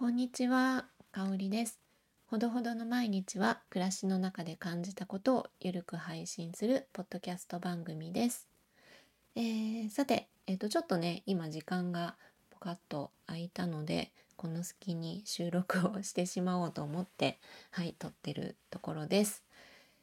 こんにちは、かおりです。ほどほどの毎日は暮らしの中で感じたことをゆるく配信するポッドキャスト番組です。さて、ちょっとね、今時間がポカッと空いたので、この隙に収録をしてしまおうと思って、はい、撮ってるところです。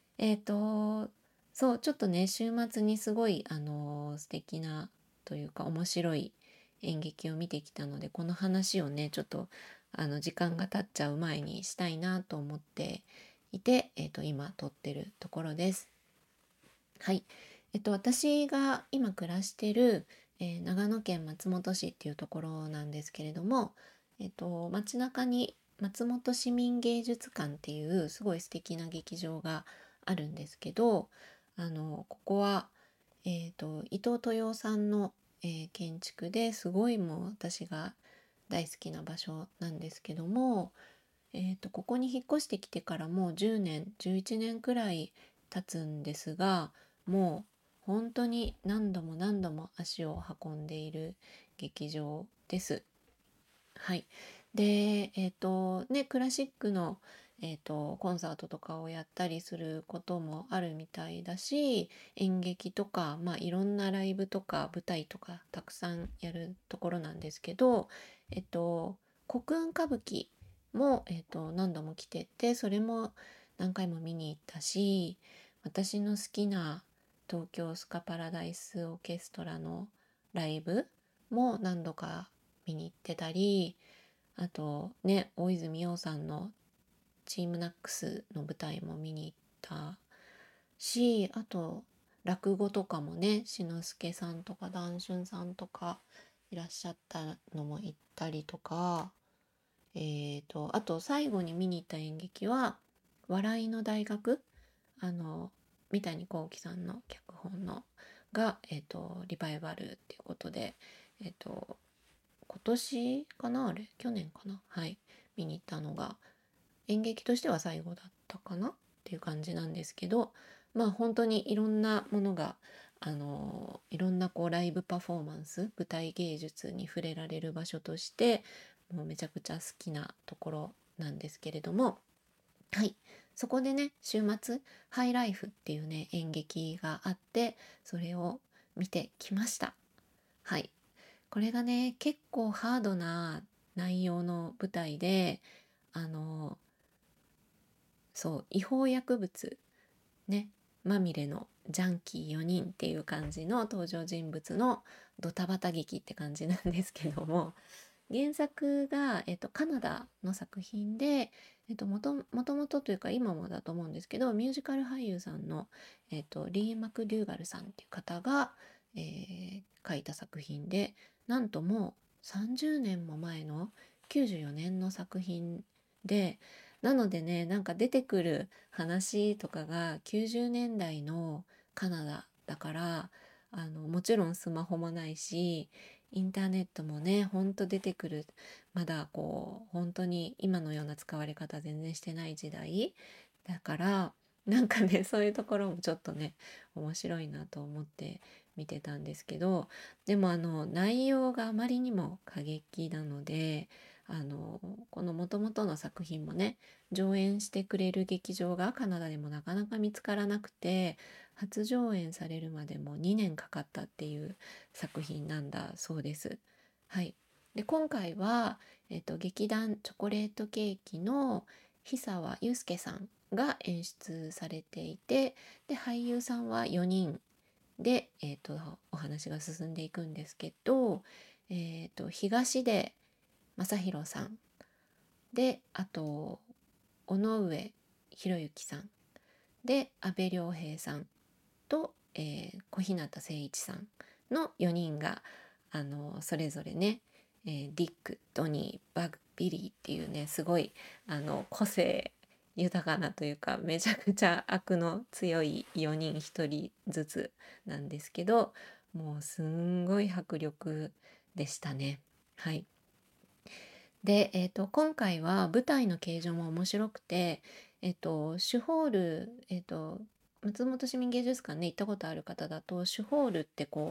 そう、ちょっとね、週末にすごい、素敵なというか面白い演劇を見てきたので、この話をね、ちょっと時間が経っちゃう前にしたいなと思っていて、今撮ってるところです。はい。私が今暮らしてる、長野県松本市っていうところなんですけれども、街中に松本市民芸術館っていうすごい素敵な劇場があるんですけど、ここは、伊藤豊夫さんの、建築ですごいもう私が大好きな場所なんですけども、ここに引っ越してきてからもう10年、11年くらい経つんですが、もう本当に何度も何度も足を運んでいる劇場です。はい。で、クラシックの、コンサートとかをやったりすることもあるみたいだし、演劇とか、いろんなライブとか舞台とかたくさんやるところなんですけど、国運歌舞伎も、何度も来てて、それも何回も見に行ったし、私の好きな東京スカパラダイスオーケストラのライブも何度か見に行ってたり、あとね、大泉洋さんのチームナックスの舞台も見に行ったし、あと落語とかもね、志の輔さんとか談春さんとかいらっしゃったのも行ったりとか、あと最後に見に行った演劇は笑いの大学、三谷幸喜さんの脚本のが、リバイバルっていうことで、えっ、と今年かな、あれ去年かな、はい、見に行ったのが演劇としては最後だったかなっていう感じなんですけど、本当にいろんなものがいろんなこうライブパフォーマンス、舞台芸術に触れられる場所としてもうめちゃくちゃ好きなところなんですけれども、はい、そこでね、週末ハイライフっていうね演劇があって、それを見てきました。はい。これがね、結構ハードな内容の舞台で、あの、そう、違法薬物ね、まみれのジャンキー4人っていう感じの登場人物のドタバタ劇って感じなんですけども、原作が、カナダの作品で、もともとというか今もだと思うんですけど、ミュージカル俳優さんの、リー・マクデューガルさんっていう方が、書いた作品で、なんともう30年も前の94年の作品で、なのでね、なんか出てくる話とかが90年代のカナダだから、もちろんスマホもないし、インターネットもね、ほんと出てくる、まだこう本当に今のような使われ方全然してない時代だから、なんかね、そういうところもちょっとね面白いなと思って見てたんですけど、でも内容があまりにも過激なので、あのこの元々の作品もね、上演してくれる劇場がカナダでもなかなか見つからなくて、初上演されるまでも2年かかったっていう作品なんだそうです。はい。で、今回は、劇団チョコレートケーキの久沢祐介さんが演出されていて、で、俳優さんは4人で、お話が進んでいくんですけど、東出正宏さんで、あと尾上博之さんで、阿部亮平さんと、小日向誠一さんの4人がそれぞれね、ディック、ドニー、バグ、ビリーっていうね、すごい個性豊かなというか、めちゃくちゃ悪の強い4人1人ずつなんですけど、もうすんごい迫力でしたね。はい。で、今回は舞台の形状も面白くて、シュホール、松本市民芸術館ね、行ったことある方だと、シュホールってこう、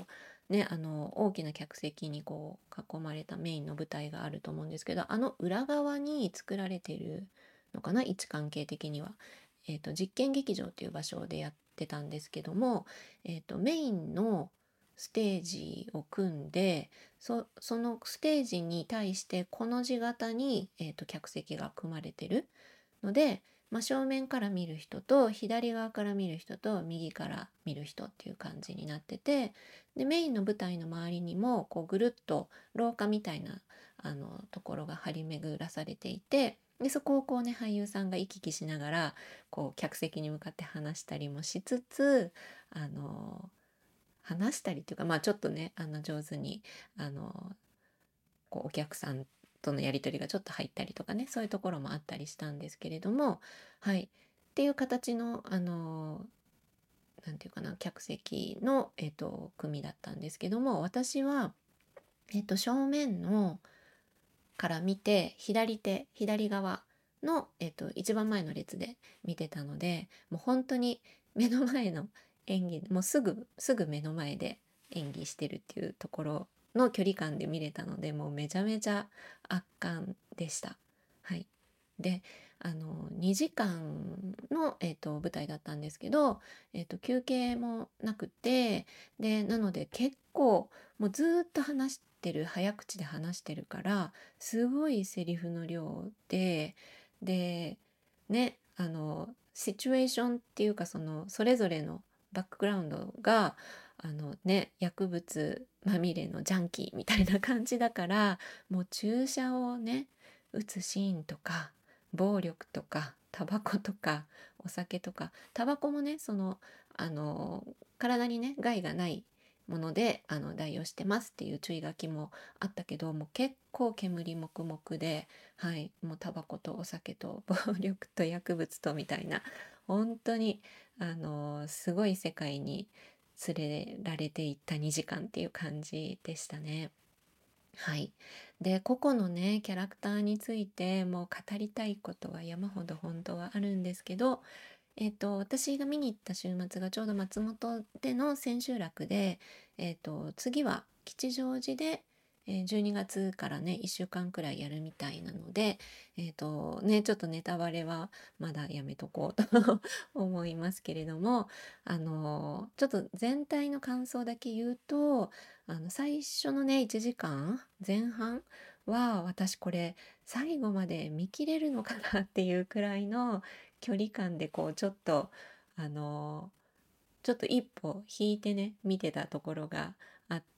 ね、大きな客席にこう囲まれたメインの舞台があると思うんですけど、裏側に作られてるのかな、位置関係的には。実験劇場っていう場所でやってたんですけども、メインのステージを組んで、そのステージに対してこの字型に、客席が組まれてるので、正面から見る人と左側から見る人と右から見る人っていう感じになってて、でメインの舞台の周りにもこうぐるっと廊下みたいなところが張り巡らされていて、でそこをこうね俳優さんが行き来しながらこう客席に向かって話したりもしつつ、あの話したりっていうか、ちょっとね上手にあのこうお客さんとのやり取りがちょっと入ったりとかね、そういうところもあったりしたんですけれども、はい、っていう形のなんていうかな、客席の、組だったんですけども、私は、正面のから見て左側の、一番前の列で見てたので、もう本当に目の前の演技、もうすぐ目の前で演技してるっていうところの距離感で見れたので、もうめちゃめちゃ圧巻でした。はい。で、2時間の、舞台だったんですけど、休憩もなくて、で、なので結構もうずっと早口で話してるから、すごいセリフの量でね、シチュエーションっていうか、それぞれのバックグラウンドが薬物まみれのジャンキーみたいな感じだから、もう注射をね打つシーンとか暴力とかタバコとかお酒とか、タバコもねあの体にね害がないもので代用してますっていう注意書きもあったけど、もう結構煙黙々で、はい、もうタバコとお酒と暴力と薬物とみたいな、本当にすごい世界に連れられていった2時間っていう感じでしたね。はい。で、個々のね、キャラクターについてもう語りたいことは山ほど本当はあるんですけど、私が見に行った週末がちょうど松本での千秋楽で、次は吉祥寺で、12月からね、1週間くらいやるみたいなので、ちょっとネタバレはまだやめとこうと思いますけれども、ちょっと全体の感想だけ言うと、最初のね、1時間前半は、私これ最後まで見切れるのかなっていうくらいの距離感でこうあのちょっと一歩引いてね見てたところがあって、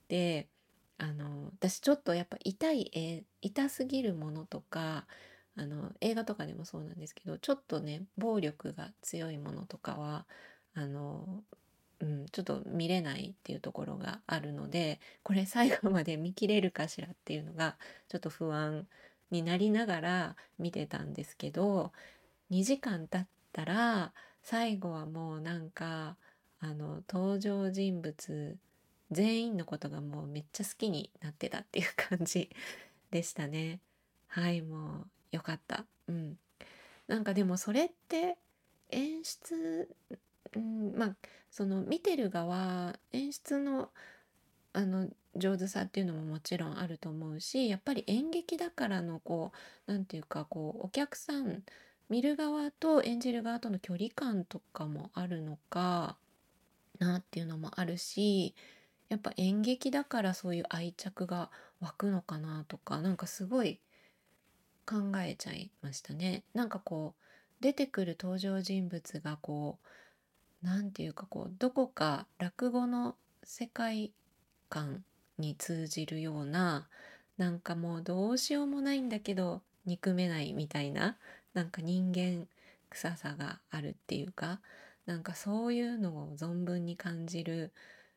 私ちょっとやっぱ痛すぎるものとか、映画とかでもそうなんですけど、ちょっとね暴力が強いものとかはあのちょっと見れないっていうところがあるので、これ最後まで見切れるかしらっていうのがちょっと不安になりながら見てたんですけど、2時間経ったら最後はもうなんか登場人物全員のことがもうめっちゃ好きになってたっていう感じでしたね。はい、もうよかった。うん。なんかでもそれって演出、その見てる側演出の上手さっていうのももちろんあると思うし、やっぱり演劇だからのなんていうかお客さん見る側と演じる側との距離感とかもあるのかなっていうのもあるし、やっぱ演劇だからそういう愛着が湧くのかなとか、なんかすごい考えちゃいましたね。なんか出てくる登場人物がなんていうかどこか落語の世界観に通じるような、なんかもうどうしようもないんだけど憎めないみたいな、なんか人間臭さがあるっていうか、なんかそういうのを存分に感じる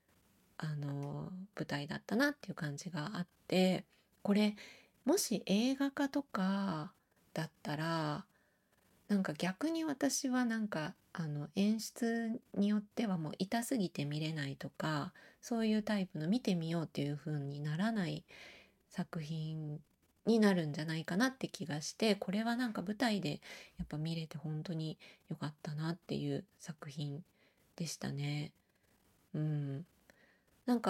舞台だったなっていう感じがあって、これもし映画化とかだったら、なんか逆に私はなんか演出によってはもう痛すぎて見れないとか、そういうタイプの見てみようっていう風にならない作品になるんじゃないかなって気がして、これはなんか舞台でやっぱ見れて本当に良かったなっていう作品でしたね。うん。なんか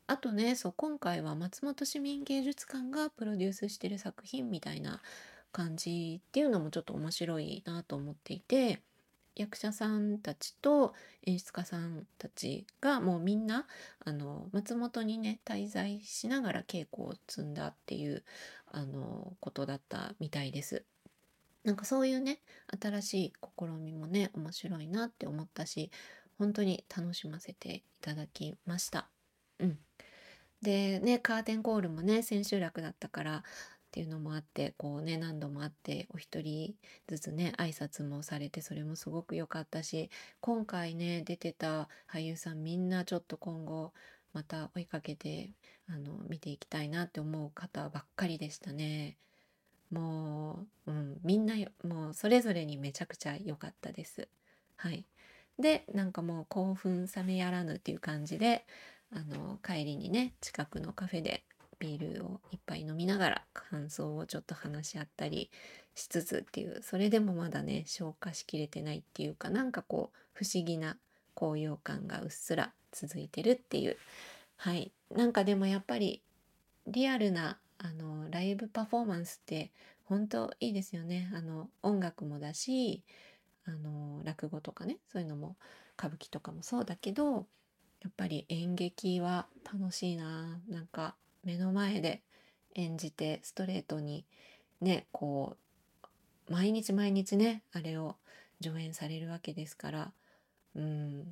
あとね、そう、今回は松本市民芸術館がプロデュースしてる作品みたいな感じっていうのもちょっと面白いなと思っていて、役者さんたちと演出家さんたちがもうみんな松本にね滞在しながら稽古を積んだっていうことだったみたいです。なんかそういうね新しい試みもね面白いなって思ったし、本当に楽しませていただきました。うん。でね、カーテンコールもね、千秋楽だったからっていうのもあって、こうね、何度もあって、お一人ずつね、挨拶もされて、それもすごく良かったし、今回ね、出てた俳優さんみんなちょっと今後、また追いかけて、見ていきたいなって思う方ばっかりでしたね。もう、みんなもうそれぞれにめちゃくちゃ良かったです。はい。で、なんかもう興奮冷めやらぬっていう感じで、帰りにね、近くのカフェでビールを一杯飲みながら感想をちょっと話し合ったりしつつっていう、それでもまだね、消化しきれてないっていうか、なんかこう、不思議な高揚感がうっすら続いてるっていう。はい。なんかでもやっぱりリアルなライブパフォーマンスって本当いいですよね。音楽もだし、落語とかね、そういうのも歌舞伎とかもそうだけど、やっぱり演劇は楽しいな。なんか目の前で演じてストレートにね、こう毎日毎日ね、あれを上演されるわけですから、うん、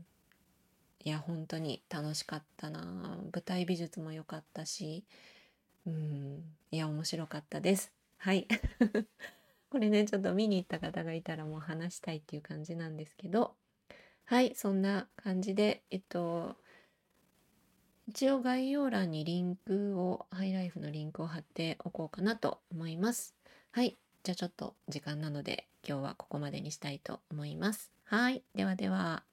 いや本当に楽しかったな。舞台美術も良かったし、いや、面白かったです。はい。これね、ちょっと見に行った方がいたらもう話したいっていう感じなんですけど、はい、そんな感じで、一応概要欄にリンクを、ハイライフのリンクを貼っておこうかなと思います。はい、じゃあちょっと時間なので、今日はここまでにしたいと思います。はい、ではでは。